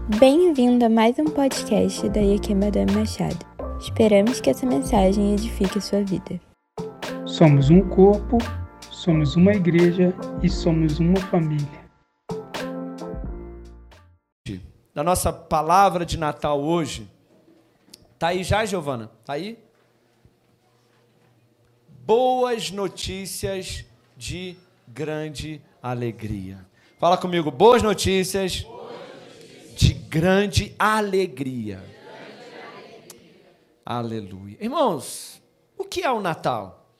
Bem-vindo a mais um podcast da IAQ Madame Machado. Esperamos que essa mensagem edifique a sua vida. Somos um corpo, somos uma igreja e somos uma família. Da nossa palavra de Natal hoje, tá aí já, Giovana? Tá aí? Boas notícias de grande alegria. Fala comigo, boas notícias de grande alegria. Aleluia. Irmãos, o que é o Natal?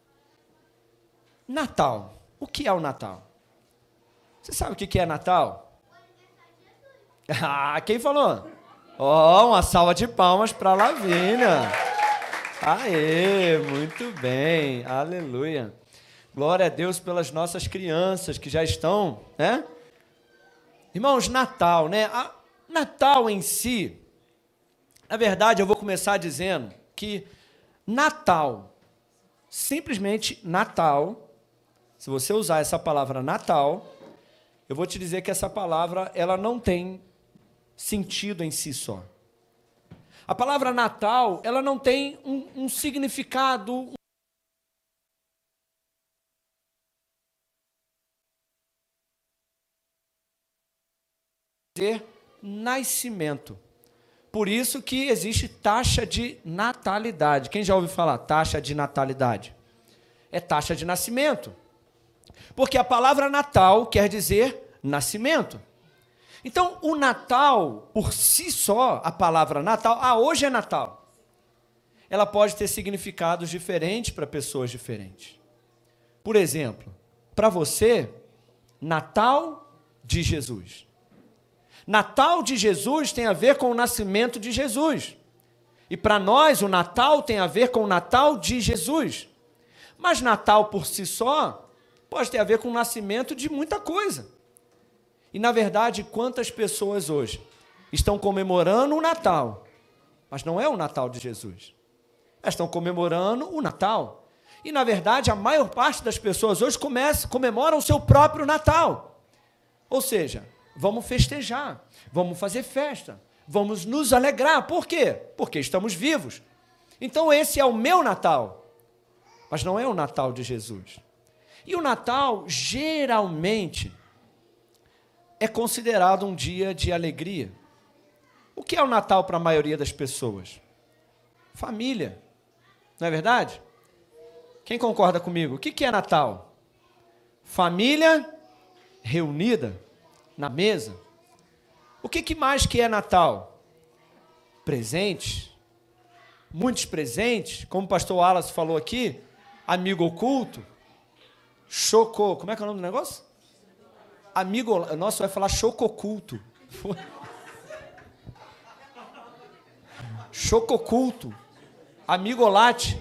Natal. O que é o Natal? Você sabe o que é Natal? Ah, quem falou? Uma salva de palmas para Lavínia. Aê, muito bem. Aleluia. Glória a Deus pelas nossas crianças que já estão, né? Irmãos, Natal, né? Natal em si, na verdade, eu vou começar dizendo que Natal, simplesmente Natal, se você usar essa palavra Natal, eu vou te dizer que essa palavra, ela não tem sentido em si só. A palavra Natal, ela não tem um significado, nascimento. Por isso que existe taxa de natalidade. Quem já ouviu falar taxa de natalidade? É taxa de nascimento. Porque a palavra Natal quer dizer nascimento. Então, o Natal, por si só, a palavra Natal, hoje é Natal. Ela pode ter significados diferentes para pessoas diferentes. Por exemplo, para você, Natal de Jesus. Natal de Jesus tem a ver com o nascimento de Jesus. E para nós, o Natal tem a ver com o Natal de Jesus. Mas Natal por si só pode ter a ver com o nascimento de muita coisa. E, na verdade, quantas pessoas hoje estão comemorando o Natal, mas não é o Natal de Jesus. Elas estão comemorando o Natal. E, na verdade, a maior parte das pessoas hoje comemoram o seu próprio Natal. Ou seja, vamos festejar, vamos fazer festa, vamos nos alegrar. Por quê? Porque estamos vivos. Então, esse é o meu Natal, mas não é o Natal de Jesus. E o Natal, geralmente, é considerado um dia de alegria. O que é o Natal para a maioria das pessoas? Família, não é verdade? Quem concorda comigo? O que é Natal? Família reunida na mesa. O que mais que é Natal? Presentes, muitos presentes, como o pastor Wallace falou aqui, amigo oculto, como é que é o nome do negócio? Nossa, vai falar chococulto. Chococulto, amigolate.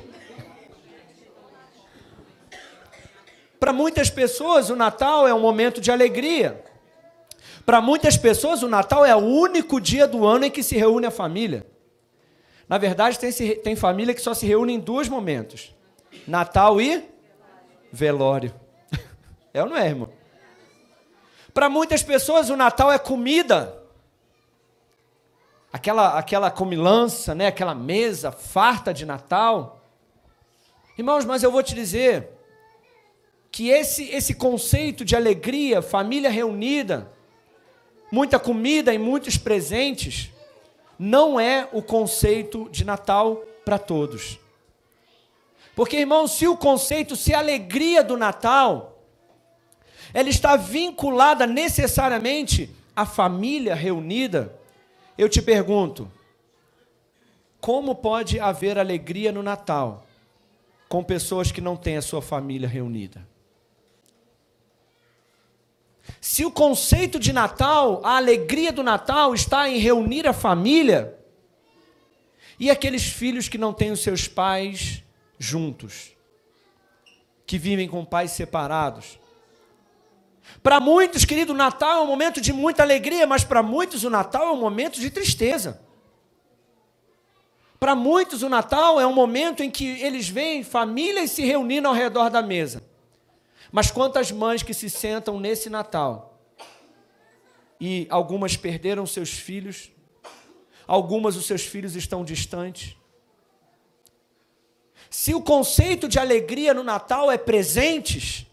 Para muitas pessoas, o Natal é um momento de alegria. Para muitas pessoas, o Natal é o único dia do ano em que se reúne a família. Na verdade, tem família que só se reúne em dois momentos: Natal e velório. É ou não é, irmão? Para muitas pessoas, o Natal é comida. Aquela comilança, né? Aquela mesa farta de Natal. Irmãos, mas eu vou te dizer que esse conceito de alegria, família reunida, muita comida e muitos presentes, não é o conceito de Natal para todos. Porque, irmãos, se a alegria do Natal, ela está vinculada necessariamente à família reunida, eu te pergunto, como pode haver alegria no Natal com pessoas que não têm a sua família reunida? Se o conceito de Natal, a alegria do Natal está em reunir a família, e aqueles filhos que não têm os seus pais juntos, que vivem com pais separados? Para muitos, querido, o Natal é um momento de muita alegria, mas para muitos o Natal é um momento de tristeza. Para muitos o Natal é um momento em que eles veem famílias se reunindo ao redor da mesa. Mas quantas mães que se sentam nesse Natal e algumas perderam seus filhos, algumas os seus filhos estão distantes. Se o conceito de alegria no Natal é presentes,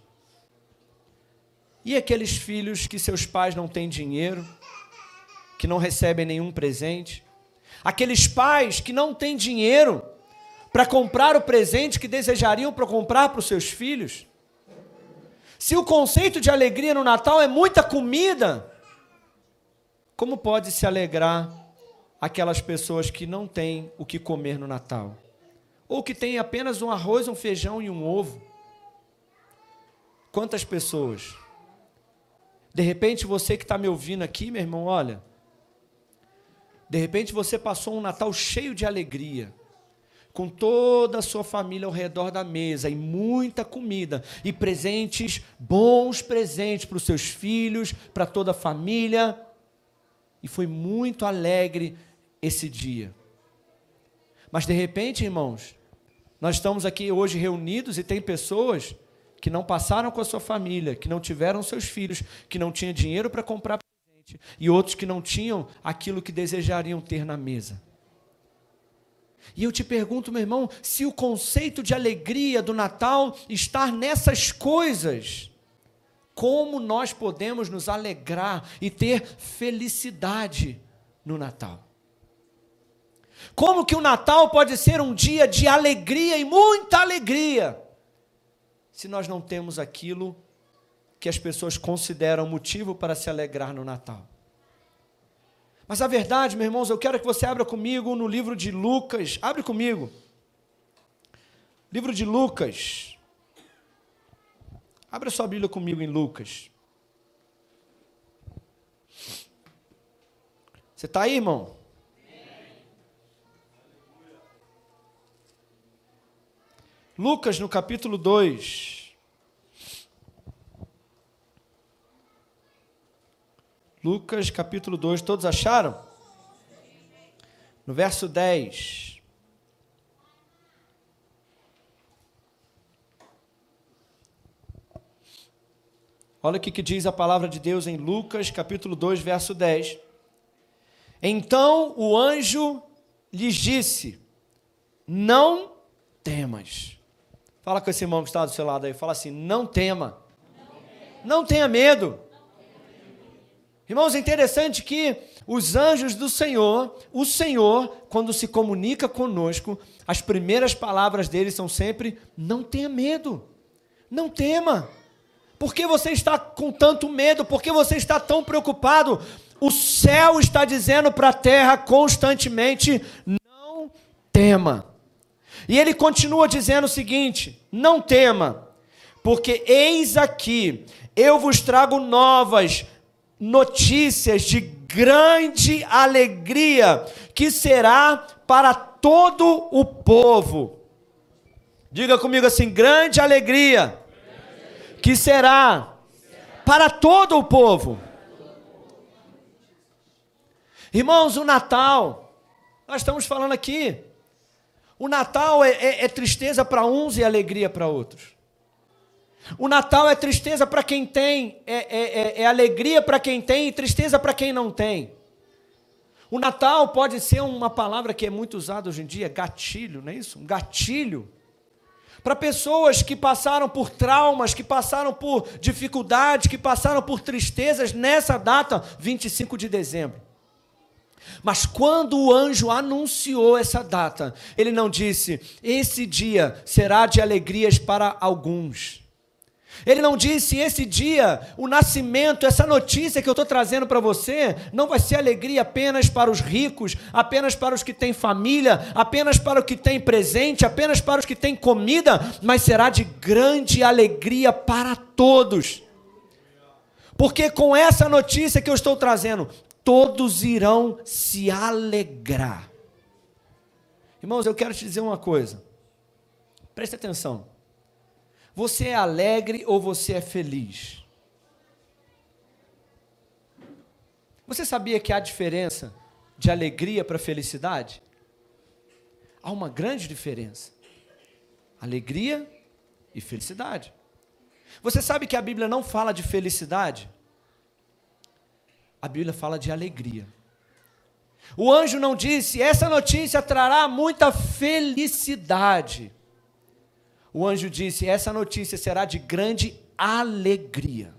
e aqueles filhos que seus pais não têm dinheiro, que não recebem nenhum presente, aqueles pais que não têm dinheiro para comprar o presente que desejariam para comprar para os seus filhos, se o conceito de alegria no Natal é muita comida, como pode se alegrar aquelas pessoas que não têm o que comer no Natal? Ou que têm apenas um arroz, um feijão e um ovo? Quantas pessoas? De repente você que está me ouvindo aqui, meu irmão, olha, de repente você passou um Natal cheio de alegria, com toda a sua família ao redor da mesa, e muita comida, e presentes, bons presentes para os seus filhos, para toda a família, e foi muito alegre esse dia. Mas de repente, irmãos, nós estamos aqui hoje reunidos e tem pessoas que não passaram com a sua família, que não tiveram seus filhos, que não tinham dinheiro para comprar presente, e outros que não tinham aquilo que desejariam ter na mesa. E eu te pergunto, meu irmão, se o conceito de alegria do Natal está nessas coisas, como nós podemos nos alegrar e ter felicidade no Natal? Como que o Natal pode ser um dia de alegria e muita alegria, se nós não temos aquilo que as pessoas consideram motivo para se alegrar no Natal? Mas a verdade, meus irmãos, eu quero que você abra comigo no livro de Lucas. Abre comigo. Livro de Lucas. Abra sua Bíblia comigo em Lucas. Você está aí, irmão? Lucas, no capítulo 2. Lucas, capítulo 2, todos acharam? No verso 10. Olha o que diz a palavra de Deus em Lucas, capítulo 2, verso 10. Então o anjo lhes disse: não temas. Fala com esse irmão que está do seu lado aí, fala assim: não tema. Não tenha medo. Irmãos, é interessante que os anjos do Senhor, o Senhor, quando se comunica conosco, as primeiras palavras dele são sempre: não tenha medo, não tema. Por que você está com tanto medo? Por que você está tão preocupado? O céu está dizendo para a terra constantemente: não tema. E ele continua dizendo o seguinte: não tema, porque eis aqui, eu vos trago novas notícias de grande alegria, que será para todo o povo. Diga comigo assim: grande alegria, que será para todo o povo. Irmãos, o Natal, nós estamos falando aqui, o Natal é tristeza para uns e alegria para outros. O Natal é tristeza para quem tem, é alegria para quem tem e tristeza para quem não tem. O Natal pode ser uma palavra que é muito usada hoje em dia, gatilho, não é isso? Um gatilho. Para pessoas que passaram por traumas, que passaram por dificuldades, que passaram por tristezas nessa data, 25 de dezembro. Mas quando o anjo anunciou essa data, ele não disse: esse dia será de alegrias para alguns. Ele não disse: esse dia, o nascimento, essa notícia que eu estou trazendo para você, não vai ser alegria apenas para os ricos, apenas para os que têm família, apenas para os que têm presente, apenas para os que têm comida, mas será de grande alegria para todos. Porque com essa notícia que eu estou trazendo, todos irão se alegrar. Irmãos, eu quero te dizer uma coisa. Preste atenção. Você é alegre ou você é feliz? Você sabia que há diferença de alegria para felicidade? Há uma grande diferença. Alegria e felicidade. Você sabe que a Bíblia não fala de felicidade? A Bíblia fala de alegria. O anjo não disse, essa notícia trará muita felicidade. O anjo disse, essa notícia será de grande alegria.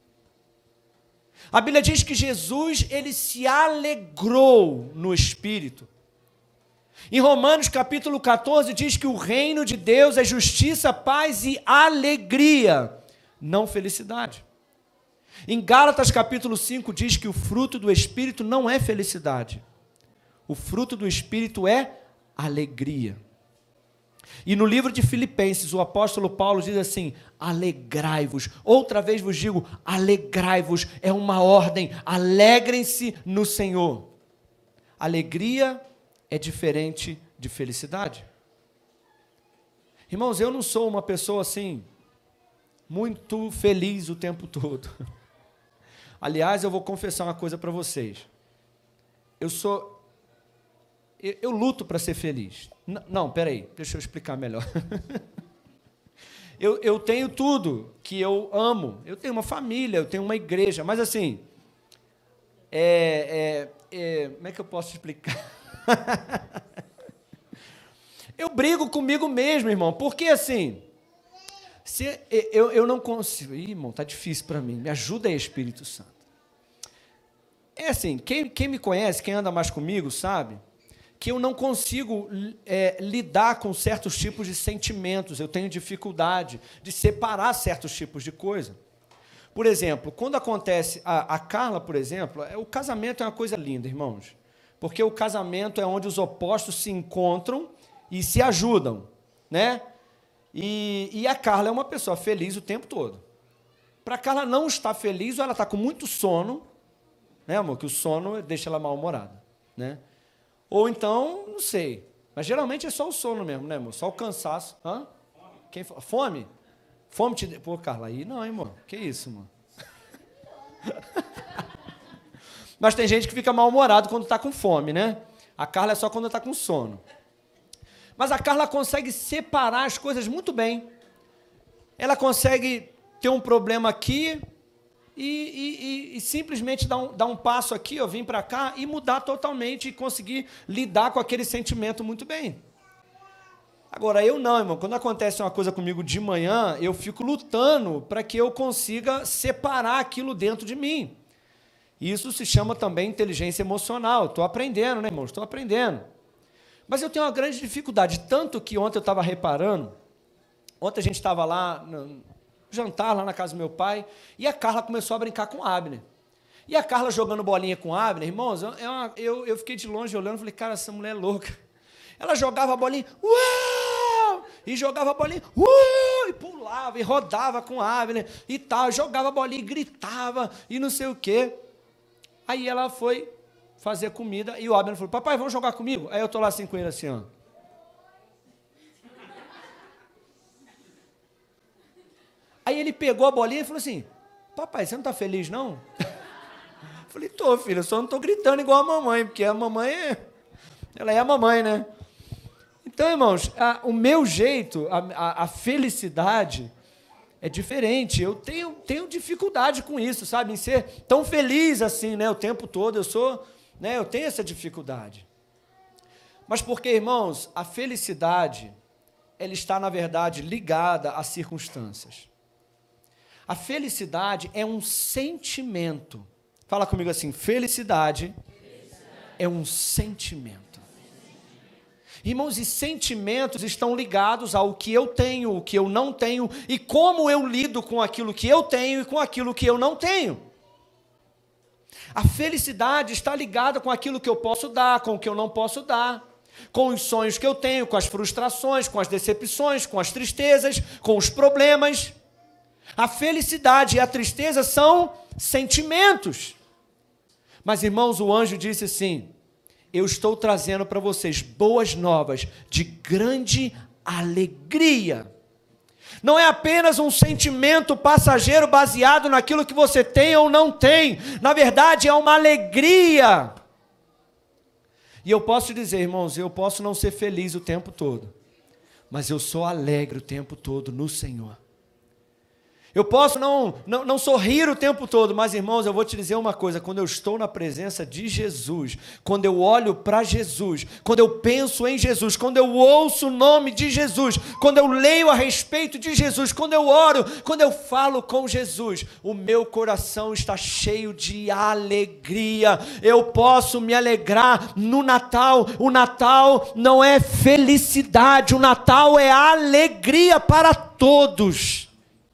A Bíblia diz que Jesus, ele se alegrou no Espírito. Em Romanos capítulo 14 diz que o reino de Deus é justiça, paz e alegria, não felicidade. Em Gálatas capítulo 5 diz que o fruto do Espírito não é felicidade. O fruto do Espírito é alegria. E no livro de Filipenses, o apóstolo Paulo diz assim, alegrai-vos. Outra vez vos digo, alegrai-vos, é uma ordem, alegrem-se no Senhor. Alegria é diferente de felicidade. Irmãos, eu não sou uma pessoa assim, muito feliz o tempo todo. Aliás, eu vou confessar uma coisa para vocês. Eu luto para ser feliz. Não, peraí, deixa eu explicar melhor. eu tenho tudo que eu amo. Eu tenho uma família, eu tenho uma igreja, mas assim, como é que eu posso explicar? Eu brigo comigo mesmo, irmão, porque assim, eu não consigo. Ih, irmão, tá difícil para mim. Me ajuda aí, Espírito Santo. É assim, quem me conhece, quem anda mais comigo, sabe que eu não consigo lidar com certos tipos de sentimentos, eu tenho dificuldade de separar certos tipos de coisa. Por exemplo, quando acontece, a Carla, por exemplo, o casamento é uma coisa linda, irmãos, porque o casamento é onde os opostos se encontram e se ajudam, né? E a Carla é uma pessoa feliz o tempo todo. Para a Carla não estar feliz, ou ela está com muito sono, né, amor? Que o sono deixa ela mal-humorada, né? Ou então, não sei. Mas geralmente é só o sono mesmo, né, amor? Só o cansaço. Hã? Fome? Fome te... Pô, Carla, aí não, hein, amor? Que isso, mano? Mas tem gente que fica mal-humorado quando está com fome, né? A Carla é só quando está com sono. Mas a Carla consegue separar as coisas muito bem. Ela consegue ter um problema aqui e simplesmente dar um passo aqui, ó, vir para cá e mudar totalmente e conseguir lidar com aquele sentimento muito bem. Agora, eu não, irmão. Quando acontece uma coisa comigo de manhã, eu fico lutando para que eu consiga separar aquilo dentro de mim. Isso se chama também inteligência emocional. Estou aprendendo, né, irmão? Estou aprendendo. Mas eu tenho uma grande dificuldade, tanto que ontem eu estava reparando, ontem a gente estava lá, no jantar, lá na casa do meu pai, e a Carla começou a brincar com o Abner. E a Carla jogando bolinha com o Abner, irmãos, eu fiquei de longe olhando, falei, cara, essa mulher é louca. Ela jogava a bolinha, uau! E jogava a bolinha, uau! E pulava, e rodava com o Abner, e tal, jogava a bolinha, e gritava, e não sei o quê. Aí ela foi fazer comida, e o Abner falou, papai, vamos jogar comigo? Aí eu estou lá assim com ele, assim, ó. Aí ele pegou a bolinha e falou assim, papai, você não está feliz, não? Eu falei, tô, filho, eu só não estou gritando igual a mamãe, porque a mamãe, ela é a mamãe, né? Então, irmãos, o meu jeito, a felicidade é diferente. Eu tenho dificuldade com isso, sabe? Em ser tão feliz assim, né? O tempo todo eu tenho essa dificuldade. Mas porque, irmãos, a felicidade, ela está, na verdade, ligada às circunstâncias. A felicidade é um sentimento. Fala comigo assim, felicidade é um sentimento. Irmãos, e sentimentos estão ligados ao que eu tenho, o que eu não tenho, e como eu lido com aquilo que eu tenho e com aquilo que eu não tenho. A felicidade está ligada com aquilo que eu posso dar, com o que eu não posso dar, com os sonhos que eu tenho, com as frustrações, com as decepções, com as tristezas, com os problemas. A felicidade e a tristeza são sentimentos. Mas, irmãos, o anjo disse assim, eu estou trazendo para vocês boas novas de grande alegria. Não é apenas um sentimento passageiro baseado naquilo que você tem ou não tem. Na verdade, é uma alegria. E eu posso te dizer, irmãos, eu posso não ser feliz o tempo todo, mas eu sou alegre o tempo todo no Senhor. Eu posso não sorrir o tempo todo, mas, irmãos, eu vou te dizer uma coisa: quando eu estou na presença de Jesus, quando eu olho para Jesus, quando eu penso em Jesus, quando eu ouço o nome de Jesus, quando eu leio a respeito de Jesus, quando eu oro, quando eu falo com Jesus, o meu coração está cheio de alegria. Eu posso me alegrar no Natal. O Natal não é felicidade, o Natal é alegria para todos.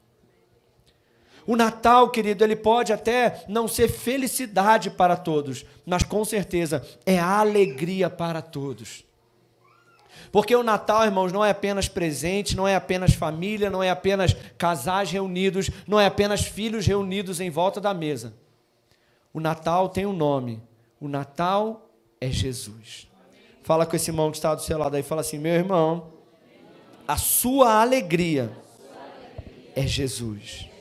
O Natal, querido, ele pode até não ser felicidade para todos, mas com certeza é alegria para todos. Porque o Natal, irmãos, não é apenas presente, não é apenas família, não é apenas casais reunidos, não é apenas filhos reunidos em volta da mesa. O Natal tem um nome. O Natal é Jesus. Fala com esse irmão que está do seu lado aí, fala assim: meu irmão, a sua alegria é Jesus.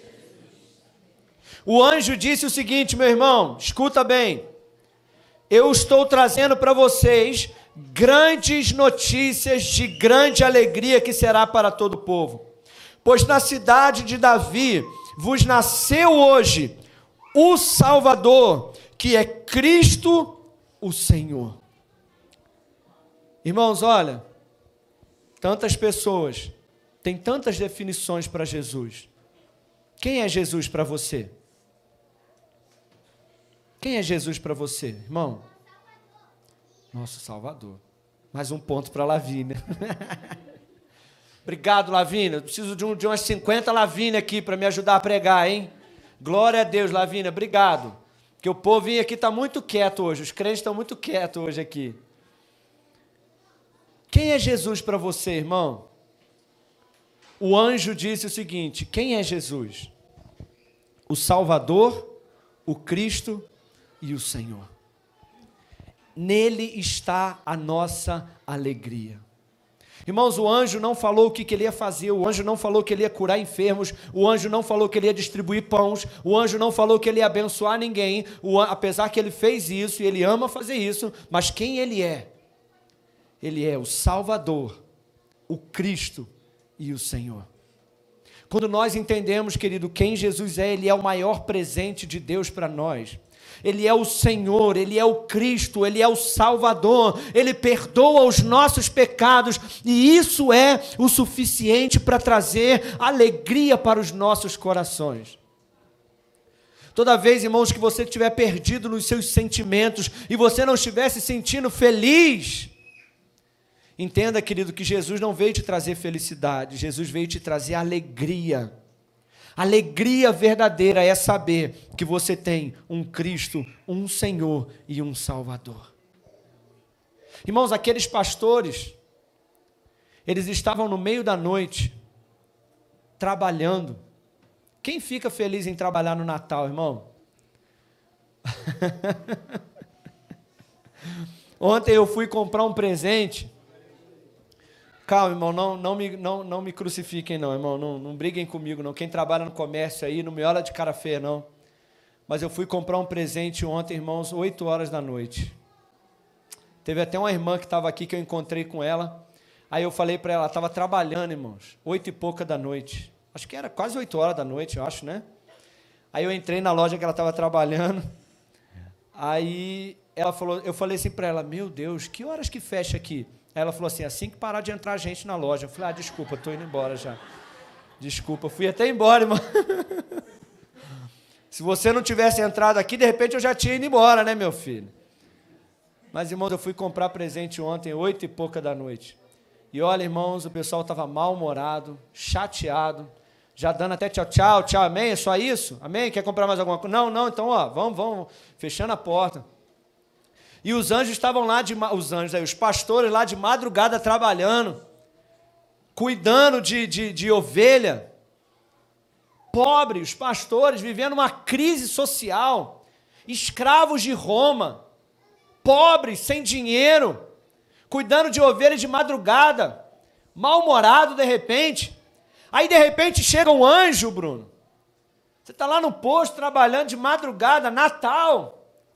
O anjo disse o seguinte, meu irmão, escuta bem: eu estou trazendo para vocês grandes notícias de grande alegria que será para todo o povo. Pois na cidade de Davi vos nasceu hoje o Salvador, que é Cristo o Senhor. Irmãos, olha, tantas pessoas têm tantas definições para Jesus. Quem é Jesus para você? Quem é Jesus para você, irmão? Nosso Salvador. Mais um ponto para a Lavínia. Obrigado, Lavínia. Eu preciso de umas 50 Lavínia aqui para me ajudar a pregar, hein? Glória a Deus, Lavínia. Obrigado. Porque o povo aqui está muito quieto hoje. Os crentes estão muito quietos hoje aqui. Quem é Jesus para você, irmão? O anjo disse o seguinte: quem é Jesus? O Salvador, o Cristo e o Senhor. Nele está a nossa alegria. Irmãos, o anjo não falou o que ele ia fazer, o anjo não falou que ele ia curar enfermos, o anjo não falou que ele ia distribuir pães, o anjo não falou que ele ia abençoar ninguém, apesar que ele fez isso e ele ama fazer isso, mas quem ele é? Ele é o Salvador, o Cristo e o Senhor. Quando nós entendemos, querido, quem Jesus é, ele é o maior presente de Deus para nós. Ele é o Senhor, Ele é o Cristo, Ele é o Salvador, Ele perdoa os nossos pecados, e isso é o suficiente para trazer alegria para os nossos corações. Toda vez, irmãos, que você estiver perdido nos seus sentimentos, e você não estiver se sentindo feliz, entenda, querido, que Jesus não veio te trazer felicidade, Jesus veio te trazer alegria. Alegria verdadeira é saber que você tem um Cristo, um Senhor e um Salvador. Irmãos, aqueles pastores, eles estavam no meio da noite, trabalhando. Quem fica feliz em trabalhar no Natal, irmão? Ontem eu fui comprar um presente. Calma, irmão, não me crucifiquem não, irmão, não briguem comigo não, quem trabalha no comércio aí, não me olha de cara feia não, mas eu fui comprar um presente ontem, irmãos, 8 horas da noite, teve até uma irmã que estava aqui, que eu encontrei com ela, aí eu falei para ela, estava trabalhando, irmãos, 8 e pouca da noite, acho que era quase 8 horas da noite, eu acho, né? Aí eu entrei na loja que ela estava trabalhando, aí ela falou, eu falei assim para ela, meu Deus, que horas que fecha aqui? Aí ela falou assim, assim que parar de entrar gente na loja. Eu falei, desculpa, estou indo embora já. Desculpa, fui até embora, irmão. Se você não tivesse entrado aqui, de repente eu já tinha ido embora, né, meu filho? Mas, irmãos, eu fui comprar presente ontem, 8 e pouca da noite. E olha, irmãos, o pessoal estava mal-humorado, chateado, já dando até tchau, tchau, tchau, amém? É só isso? Amém? Quer comprar mais alguma coisa? Não, então, ó, vamos, fechando a porta. E os anjos estavam lá, os pastores lá de madrugada trabalhando, cuidando de ovelha. Pobre, os pastores vivendo uma crise social, escravos de Roma, pobres, sem dinheiro, cuidando de ovelhas de madrugada, mal-humorado de repente. Aí de repente chega um anjo, Bruno. Você está lá no posto trabalhando de madrugada, Natal.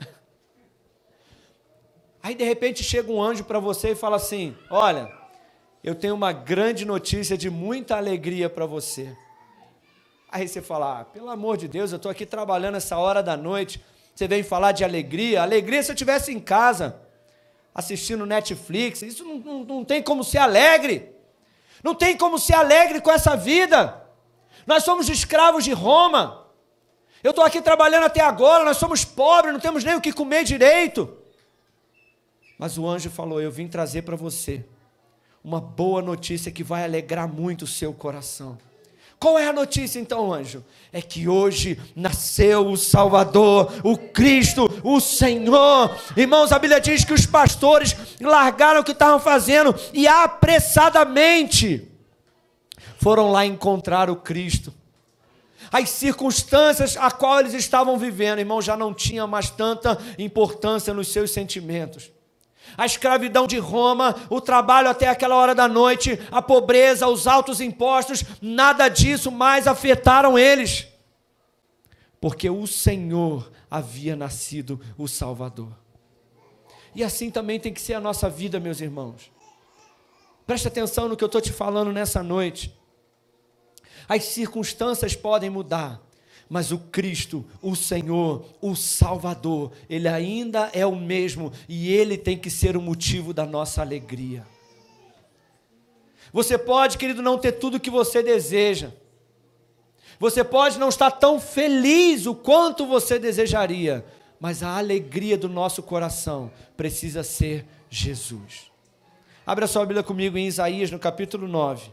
Aí, de repente, chega um anjo para você e fala assim, olha, eu tenho uma grande notícia de muita alegria para você. Aí você fala, pelo amor de Deus, eu estou aqui trabalhando essa hora da noite, você vem falar de alegria. Alegria se eu estivesse em casa, assistindo Netflix. Isso não tem como ser alegre. Não tem como ser alegre com essa vida. Nós somos escravos de Roma. Eu estou aqui trabalhando até agora, nós somos pobres, não temos nem o que comer direito. Mas o anjo falou, eu vim trazer para você uma boa notícia que vai alegrar muito o seu coração. Qual é a notícia então, anjo? É que hoje nasceu o Salvador, o Cristo, o Senhor. Irmãos, a Bíblia diz que os pastores largaram o que estavam fazendo e apressadamente foram lá encontrar o Cristo. As circunstâncias a qual eles estavam vivendo, irmão, já não tinha mais tanta importância nos seus sentimentos. A escravidão de Roma, o trabalho até aquela hora da noite, a pobreza, os altos impostos, nada disso mais afetaram eles. Porque o Senhor havia nascido o Salvador. E assim também tem que ser a nossa vida, meus irmãos. Preste atenção no que eu estou te falando nessa noite. As circunstâncias podem mudar, mas o Cristo, o Senhor, o Salvador, Ele ainda é o mesmo e Ele tem que ser o motivo da nossa alegria. Você pode, querido, não ter tudo o que você deseja. Você pode não estar tão feliz o quanto você desejaria, mas a alegria do nosso coração precisa ser Jesus. Abra sua Bíblia comigo em Isaías, no capítulo 9.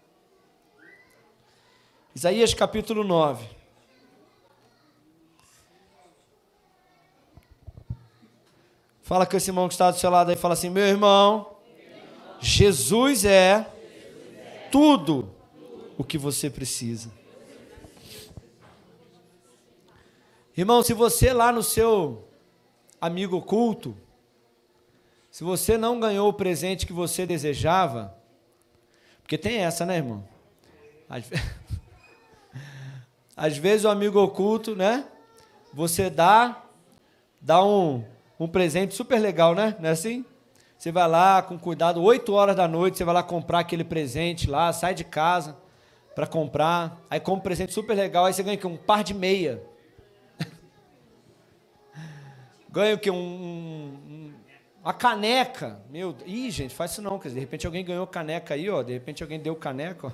Isaías capítulo 9. Fala com esse irmão que está do seu lado aí, fala assim, meu irmão, Jesus é tudo o que você precisa. Irmão, se você lá no seu amigo oculto, se você não ganhou o presente que você desejava, porque tem essa, né, irmão? Às vezes o amigo oculto, né? Você dá um presente super legal, né? Não é assim? Você vai lá com cuidado, 8 horas da noite, você vai lá comprar aquele presente lá, sai de casa para comprar, aí compra um presente super legal, aí você ganha um par de meia. Ganha o quê? Uma caneca. Ih, gente, faz isso não, quer dizer, de repente alguém ganhou caneca aí, ó, de repente alguém deu caneca, ó.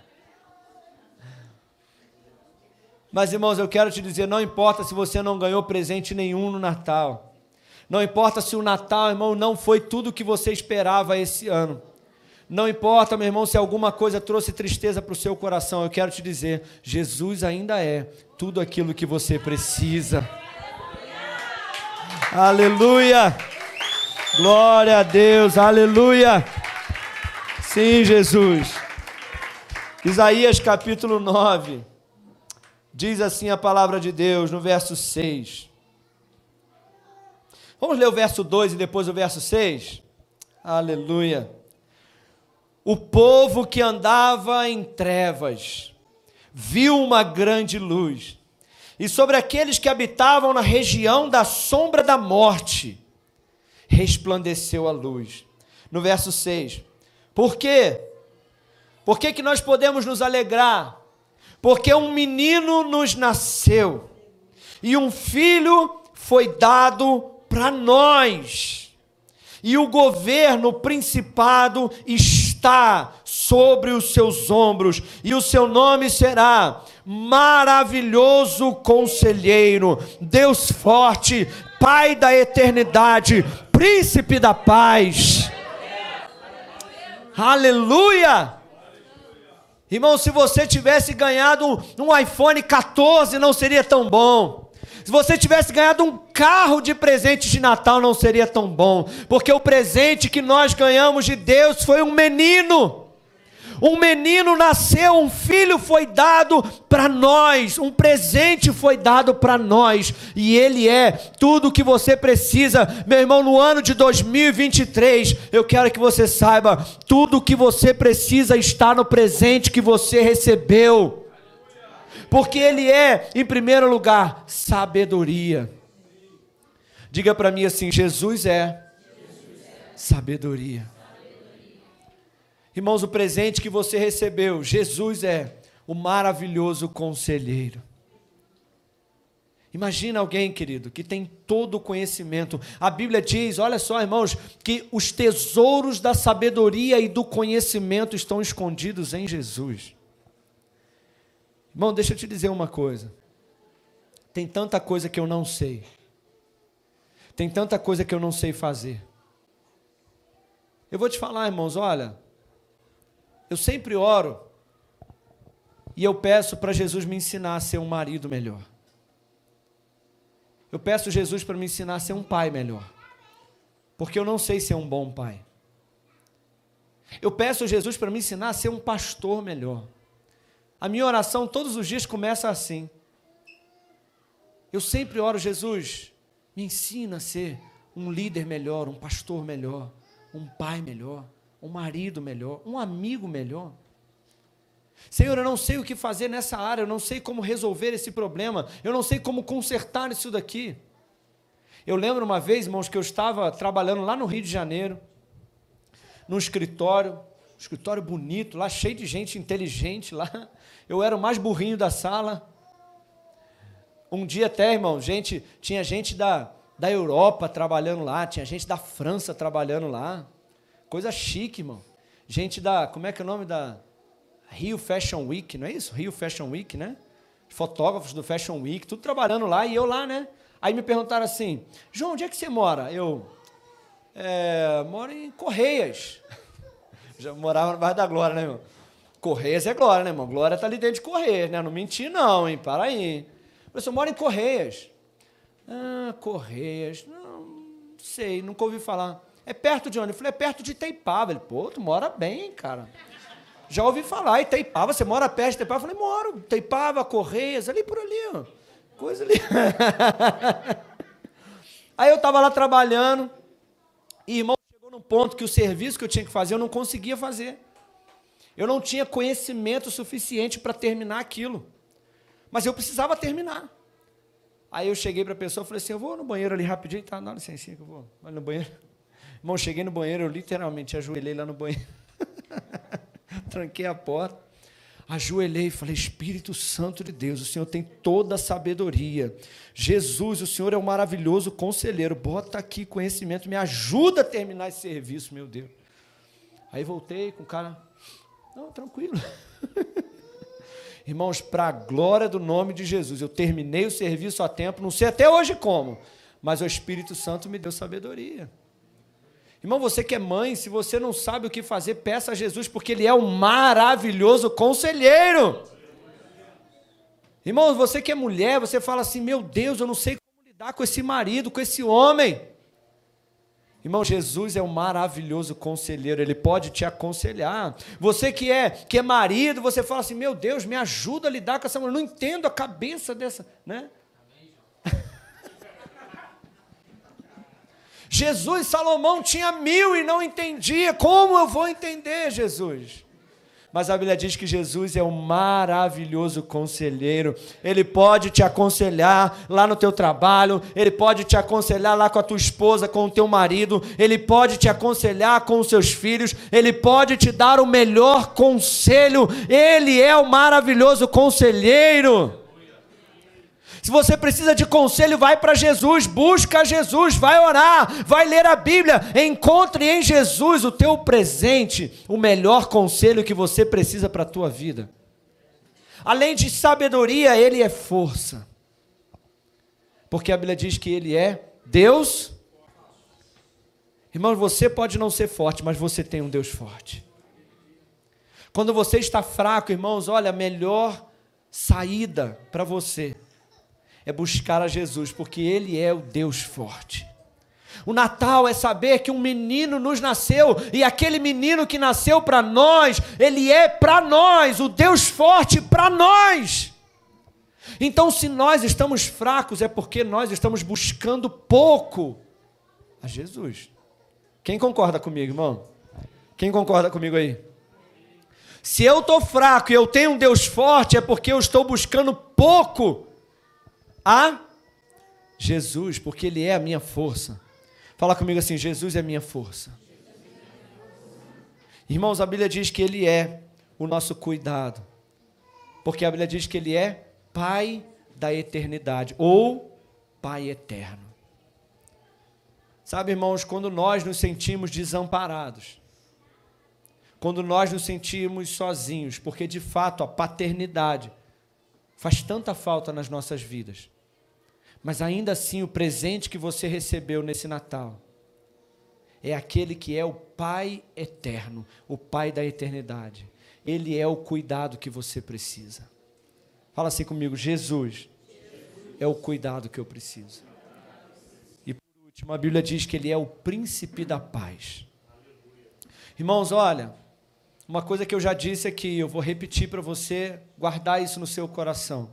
Mas, irmãos, eu quero te dizer, não importa se você não ganhou presente nenhum no Natal. Não importa se o Natal, irmão, não foi tudo o que você esperava esse ano. Não importa, meu irmão, se alguma coisa trouxe tristeza para o seu coração. Eu quero te dizer, Jesus ainda é tudo aquilo que você precisa. Aleluia! Glória a Deus, aleluia! Sim, Jesus. Isaías capítulo 9. Diz assim a palavra de Deus no verso 6. Vamos ler o verso 2 e depois o verso 6? Aleluia. O povo que andava em trevas viu uma grande luz, e sobre aqueles que habitavam na região da sombra da morte resplandeceu a luz. No verso 6. Por quê? Por que nós podemos nos alegrar? Porque um menino nos nasceu, e um filho foi dado para nós, e o governo, o principado está sobre os seus ombros, e o seu nome será Maravilhoso Conselheiro, Deus Forte, Pai da Eternidade, Príncipe da Paz. Aleluia! Irmão, se você tivesse ganhado um iPhone 14, não seria tão bom. Se você tivesse ganhado um carro de presente de Natal, não seria tão bom. Porque o presente que nós ganhamos de Deus foi um menino. Um menino nasceu, um filho foi dado para nós, um presente foi dado para nós, e ele é tudo o que você precisa. Meu irmão, no ano de 2023, eu quero que você saiba, tudo o que você precisa está no presente que você recebeu, porque ele é, em primeiro lugar, sabedoria. Diga para mim assim, Jesus é sabedoria. Irmãos, o presente que você recebeu, Jesus é o maravilhoso conselheiro. Imagina alguém, querido, que tem todo o conhecimento. A Bíblia diz, olha só, irmãos, que os tesouros da sabedoria e do conhecimento estão escondidos em Jesus. Irmão, deixa eu te dizer uma coisa. Tem tanta coisa que eu não sei. Tem tanta coisa que eu não sei fazer. Eu vou te falar, irmãos, olha, eu sempre oro e eu peço para Jesus me ensinar a ser um marido melhor. Eu peço Jesus para me ensinar a ser um pai melhor, porque eu não sei ser um bom pai. Eu peço Jesus para me ensinar a ser um pastor melhor. A minha oração todos os dias começa assim. Eu sempre oro, Jesus, me ensina a ser um líder melhor, um pastor melhor, um pai melhor, um marido melhor, um amigo melhor. Senhor, eu não sei o que fazer nessa área, eu não sei como resolver esse problema, eu não sei como consertar isso daqui. Eu lembro uma vez, irmãos, que eu estava trabalhando lá no Rio de Janeiro, num escritório bonito, lá cheio de gente inteligente, lá eu era o mais burrinho da sala. Um dia até, irmão, tinha gente da Europa trabalhando lá, tinha gente da França trabalhando lá, coisa chique, irmão. Gente como é que é o nome da Rio Fashion Week, não é isso? Rio Fashion Week, né? Fotógrafos do Fashion Week, tudo trabalhando lá, e eu lá, né? Aí me perguntaram assim, João, onde é que você mora? Eu, moro em Correias. Já morava no bairro da Glória, né, irmão? Correias é Glória, né, irmão? Glória tá ali dentro de Correias, né? Não menti não, hein? Para aí. Eu moro em Correias. Ah, Correias. Não sei, nunca ouvi falar. É perto de onde? Eu falei, é perto de Itaipava. Ele, pô, tu mora bem, cara. Já ouvi falar, Itaipava, você mora perto de Itaipava? Eu falei, moro, Itaipava, Correias, ali por ali, ó. Coisa ali. Aí eu estava lá trabalhando, e irmão, chegou num ponto que o serviço que eu tinha que fazer, eu não conseguia fazer. Eu não tinha conhecimento suficiente para terminar aquilo. Mas eu precisava terminar. Aí eu cheguei para a pessoa e falei assim, eu vou no banheiro ali rapidinho, tá, dá licencinha que eu vou no banheiro. Irmão, cheguei no banheiro, eu literalmente ajoelhei lá no banheiro. Tranquei a porta, ajoelhei e falei, Espírito Santo de Deus, o Senhor tem toda a sabedoria. Jesus, o Senhor é um maravilhoso conselheiro, bota aqui conhecimento, me ajuda a terminar esse serviço, meu Deus. Aí voltei com o cara, não, tranquilo. Irmãos, para a glória do nome de Jesus, eu terminei o serviço a tempo, não sei até hoje como, mas o Espírito Santo me deu sabedoria. Irmão, você que é mãe, se você não sabe o que fazer, peça a Jesus, porque Ele é um maravilhoso conselheiro. Irmão, você que é mulher, você fala assim, meu Deus, eu não sei como lidar com esse marido, com esse homem. Irmão, Jesus é um maravilhoso conselheiro, Ele pode te aconselhar. Você que é marido, você fala assim, meu Deus, me ajuda a lidar com essa mulher, eu não entendo a cabeça dessa, né? Jesus, Salomão tinha 1000 e não entendia, como eu vou entender Jesus? Mas a Bíblia diz que Jesus é um maravilhoso conselheiro, Ele pode te aconselhar lá no teu trabalho, Ele pode te aconselhar lá com a tua esposa, com o teu marido, Ele pode te aconselhar com os seus filhos, Ele pode te dar o melhor conselho, Ele é o maravilhoso conselheiro. Se você precisa de conselho, vai para Jesus, busca Jesus, vai orar, vai ler a Bíblia, encontre em Jesus o teu presente, o melhor conselho que você precisa para a tua vida. Além de sabedoria, Ele é força, porque a Bíblia diz que Ele é Deus. Irmão, você pode não ser forte, mas você tem um Deus forte. Quando você está fraco, irmãos, olha, a melhor saída para você é buscar a Jesus, porque Ele é o Deus forte. O Natal é saber que um menino nos nasceu, e aquele menino que nasceu para nós, Ele é para nós, o Deus forte para nós. Então, se nós estamos fracos, é porque nós estamos buscando pouco a Jesus. Quem concorda comigo, irmão? Quem concorda comigo aí? Se eu estou fraco e eu tenho um Deus forte, é porque eu estou buscando pouco a Jesus, porque Ele é a minha força. Fala comigo assim, Jesus é a minha força. Irmãos, a Bíblia diz que Ele é o nosso cuidado. Porque a Bíblia diz que Ele é Pai da eternidade, ou Pai eterno. Sabe, irmãos, quando nós nos sentimos desamparados, quando nós nos sentimos sozinhos, porque de fato a paternidade faz tanta falta nas nossas vidas, mas ainda assim o presente que você recebeu nesse Natal é aquele que é o Pai eterno, o Pai da eternidade. Ele é o cuidado que você precisa. Fala assim comigo: Jesus é o cuidado que eu preciso. E por último, a Bíblia diz que Ele é o príncipe da paz. Irmãos, olha, uma coisa que eu já disse aqui, eu vou repetir para você guardar isso no seu coração.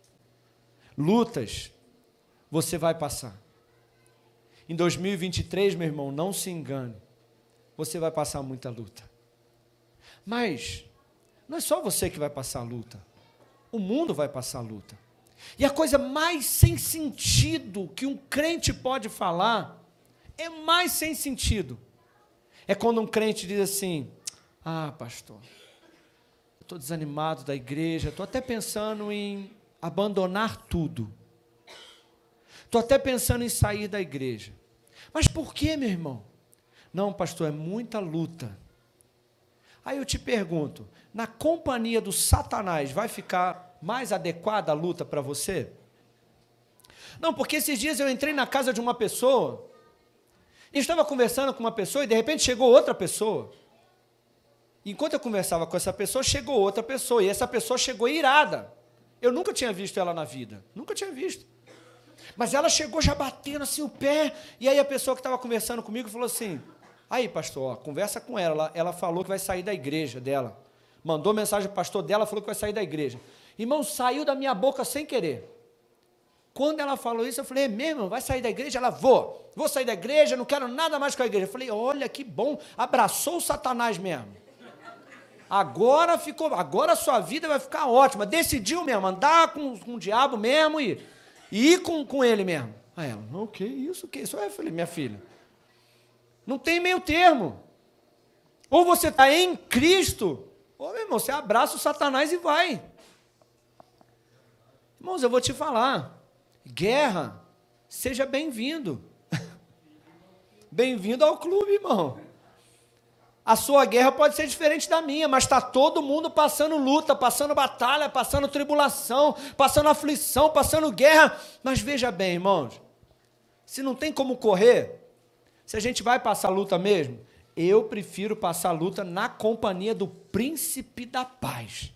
Lutas você vai passar. Em 2023, meu irmão, não se engane, você vai passar muita luta. Mas não é só você que vai passar luta, o mundo vai passar luta. E a coisa mais sem sentido que um crente pode falar, é mais sem sentido, é quando um crente diz assim: ah, pastor, estou desanimado da igreja, estou até pensando em abandonar tudo. Estou até pensando em sair da igreja. Mas por quê, meu irmão? Não, pastor, é muita luta. Aí eu te pergunto, na companhia do Satanás, vai ficar mais adequada a luta para você? Não, porque esses dias eu entrei na casa de uma pessoa, e estava conversando com uma pessoa, e de repente chegou outra pessoa. Enquanto eu conversava com essa pessoa, chegou outra pessoa, e essa pessoa chegou irada. Eu nunca tinha visto ela na vida, nunca tinha visto. Mas ela chegou já batendo assim o pé, e aí a pessoa que estava conversando comigo falou assim: aí, pastor, ó, conversa com ela falou que vai sair da igreja dela. Mandou mensagem para o pastor dela, falou que vai sair da igreja. Irmão, saiu da minha boca sem querer. Quando ela falou isso, eu falei: é mesmo, vai sair da igreja? Ela: vou sair da igreja, não quero nada mais com a igreja. Eu falei: olha que bom, abraçou o Satanás mesmo. Agora a sua vida vai ficar ótima. Decidiu mesmo, andar com o diabo mesmo e ir com ele mesmo. Aí ela: não, que isso? Eu falei: minha filha, não tem meio termo. Ou você está em Cristo, ou, meu irmão, você abraça o Satanás e vai. Irmãos, eu vou te falar, guerra, seja bem-vindo. Bem-vindo ao clube, irmão. A sua guerra pode ser diferente da minha, mas está todo mundo passando luta, passando batalha, passando tribulação, passando aflição, passando guerra. Mas veja bem, irmãos, se não tem como correr, se a gente vai passar luta mesmo, eu prefiro passar luta na companhia do príncipe da paz.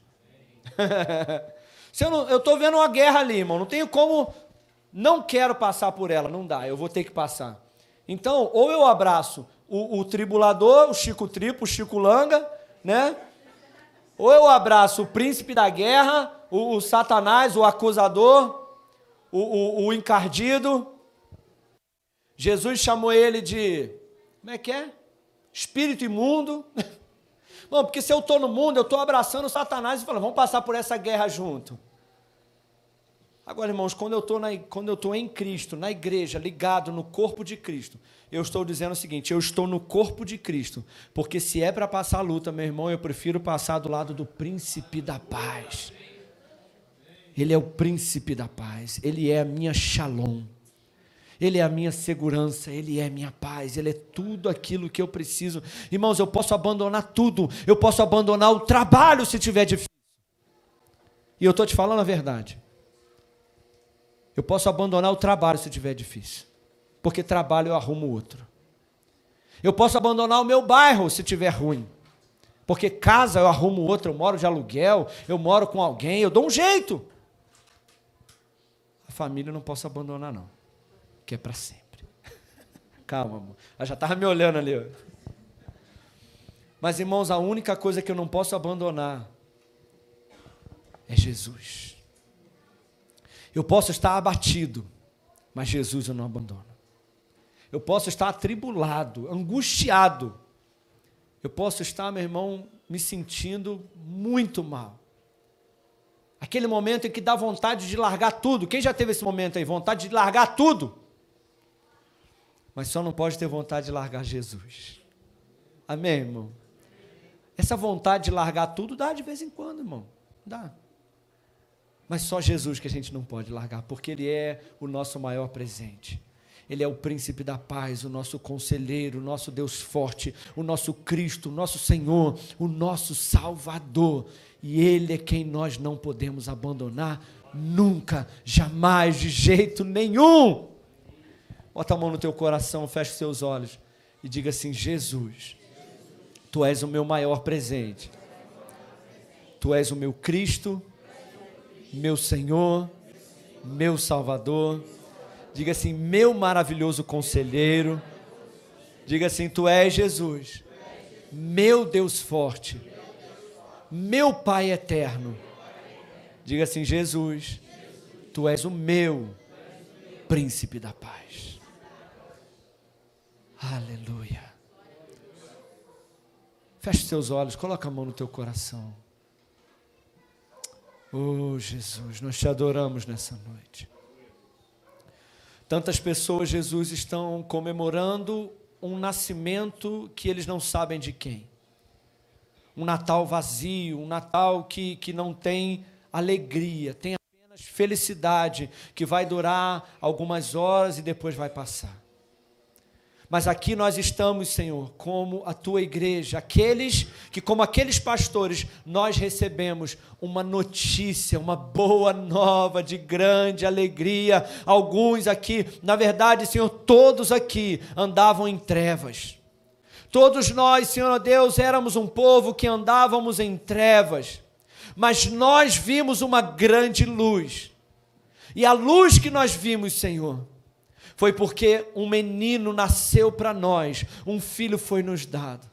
Eu estou vendo uma guerra ali, irmão, não tenho como, não quero passar por ela, não dá, eu vou ter que passar. Então, ou eu abraço o tribulador, o Chico Tripo, o Chico Langa, né? Ou eu abraço o príncipe da guerra, o Satanás, o acusador, o encardido. Jesus chamou ele de, como é que é? Espírito imundo. Bom, porque se eu estou no mundo, eu estou abraçando o Satanás e falando: vamos passar por essa guerra junto. Agora, irmãos, quando eu estou em Cristo, na igreja, ligado no corpo de Cristo, eu estou dizendo o seguinte: eu estou no corpo de Cristo, porque se é para passar a luta, meu irmão, eu prefiro passar do lado do príncipe da paz. Ele é o príncipe da paz, ele é a minha shalom, ele é a minha segurança, ele é a minha paz, ele é tudo aquilo que eu preciso. Irmãos, eu posso abandonar tudo, eu posso abandonar o trabalho se tiver difícil. E eu estou te falando a verdade. Eu posso abandonar o trabalho se tiver difícil, porque trabalho eu arrumo outro. Eu posso abandonar o meu bairro se tiver ruim, porque casa eu arrumo outro, eu moro de aluguel, eu moro com alguém, eu dou um jeito. A família eu não posso abandonar não, que é para sempre. Calma, amor. Ela já estava me olhando ali. Ó. Mas, irmãos, a única coisa que eu não posso abandonar é Jesus. Eu posso estar abatido, mas Jesus eu não abandono. Eu posso estar atribulado, angustiado. Eu posso estar, meu irmão, me sentindo muito mal. Aquele momento em que dá vontade de largar tudo. Quem já teve esse momento aí? Vontade de largar tudo. Mas só não pode ter vontade de largar Jesus. Amém, irmão? Essa vontade de largar tudo dá de vez em quando, irmão. Dá. Mas só Jesus que a gente não pode largar, porque Ele é o nosso maior presente. Ele é o príncipe da paz, o nosso conselheiro, o nosso Deus forte, o nosso Cristo, o nosso Senhor, o nosso Salvador. E Ele é quem nós não podemos abandonar nunca, jamais, de jeito nenhum. Bota a mão no teu coração, fecha os seus olhos e diga assim: Jesus, Tu és o meu maior presente. Tu és o meu Cristo, meu Senhor, meu Salvador. Diga assim: meu maravilhoso conselheiro. Diga assim: Tu és Jesus, meu Deus forte, meu Pai eterno. Diga assim: Jesus, Tu és o meu príncipe da paz. Aleluia. Feche seus olhos, coloca a mão no teu coração. Oh Jesus, nós Te adoramos nessa noite. Tantas pessoas, Jesus, estão comemorando um nascimento que eles não sabem de quem. Um Natal vazio, um Natal que não tem alegria, tem apenas felicidade, que vai durar algumas horas e depois vai passar. Mas aqui nós estamos, Senhor, como a Tua igreja, aqueles que, como aqueles pastores, nós recebemos uma notícia, uma boa nova de grande alegria. Alguns aqui, na verdade, Senhor, todos aqui andavam em trevas. Todos nós, Senhor Deus, éramos um povo que andávamos em trevas, mas nós vimos uma grande luz. E a luz que nós vimos, Senhor, foi porque um menino nasceu para nós, um filho foi nos dado.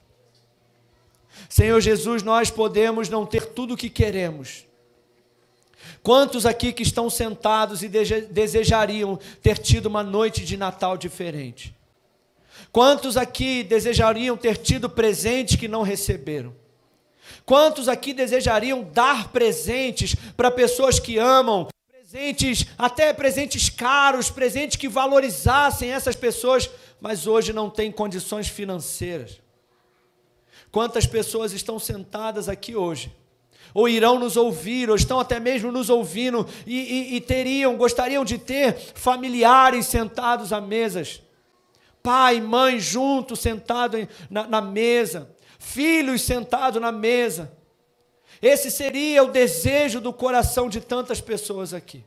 Senhor Jesus, nós podemos não ter tudo o que queremos. Quantos aqui que estão sentados e desejariam ter tido uma noite de Natal diferente? Quantos aqui desejariam ter tido presente que não receberam? Quantos aqui desejariam dar presentes para pessoas que amam? Presentes, até presentes caros, presentes que valorizassem essas pessoas, mas hoje não têm condições financeiras. Quantas pessoas estão sentadas aqui hoje, ou irão nos ouvir, ou estão até mesmo nos ouvindo, e gostariam de ter familiares sentados à mesas, pai, mãe juntos, sentados na mesa, filhos sentados na mesa. Esse seria o desejo do coração de tantas pessoas aqui.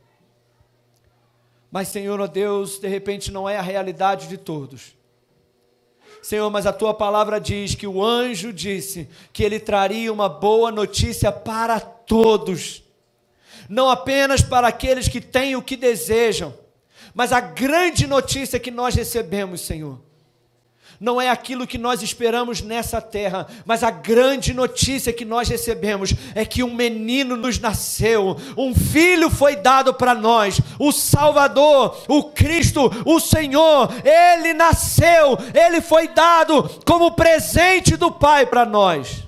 Mas, Senhor, ó Deus, de repente não é a realidade de todos. Senhor, mas a Tua palavra diz que o anjo disse que ele traria uma boa notícia para todos. Não apenas para aqueles que têm o que desejam, mas a grande notícia que nós recebemos, Senhor, não é aquilo que nós esperamos nessa terra, mas a grande notícia que nós recebemos é que um menino nos nasceu, um filho foi dado para nós, o Salvador, o Cristo, o Senhor, Ele nasceu, Ele foi dado como presente do Pai para nós.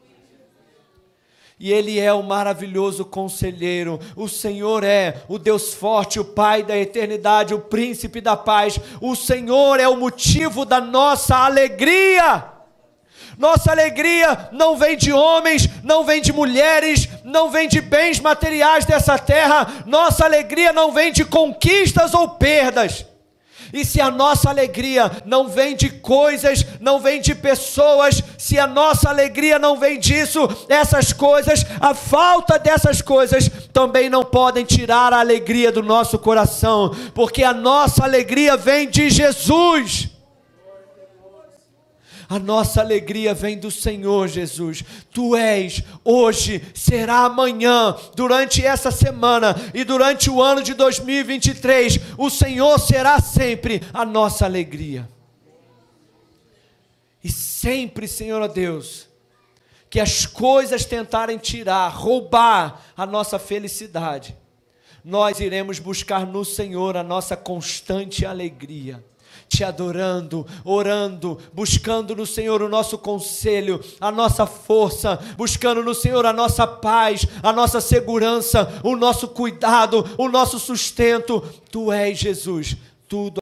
E Ele é o maravilhoso conselheiro, o Senhor é o Deus forte, o Pai da eternidade, o príncipe da paz. O Senhor é o motivo da nossa alegria. Nossa alegria não vem de homens, não vem de mulheres, não vem de bens materiais dessa terra. Nossa alegria não vem de conquistas ou perdas. E se a nossa alegria não vem de coisas, não vem de pessoas, se a nossa alegria não vem disso, essas coisas, a falta dessas coisas também não podem tirar a alegria do nosso coração, porque a nossa alegria vem de Jesus. A nossa alegria vem do Senhor Jesus. Tu és hoje, será amanhã, durante essa semana e durante o ano de 2023, o Senhor será sempre a nossa alegria. E sempre, Senhor Deus, que as coisas tentarem tirar, roubar a nossa felicidade, nós iremos buscar no Senhor a nossa constante alegria. Te adorando, orando, buscando no Senhor o nosso conselho, a nossa força, buscando no Senhor a nossa paz, a nossa segurança, o nosso cuidado, o nosso sustento. Tu és, Jesus, tudo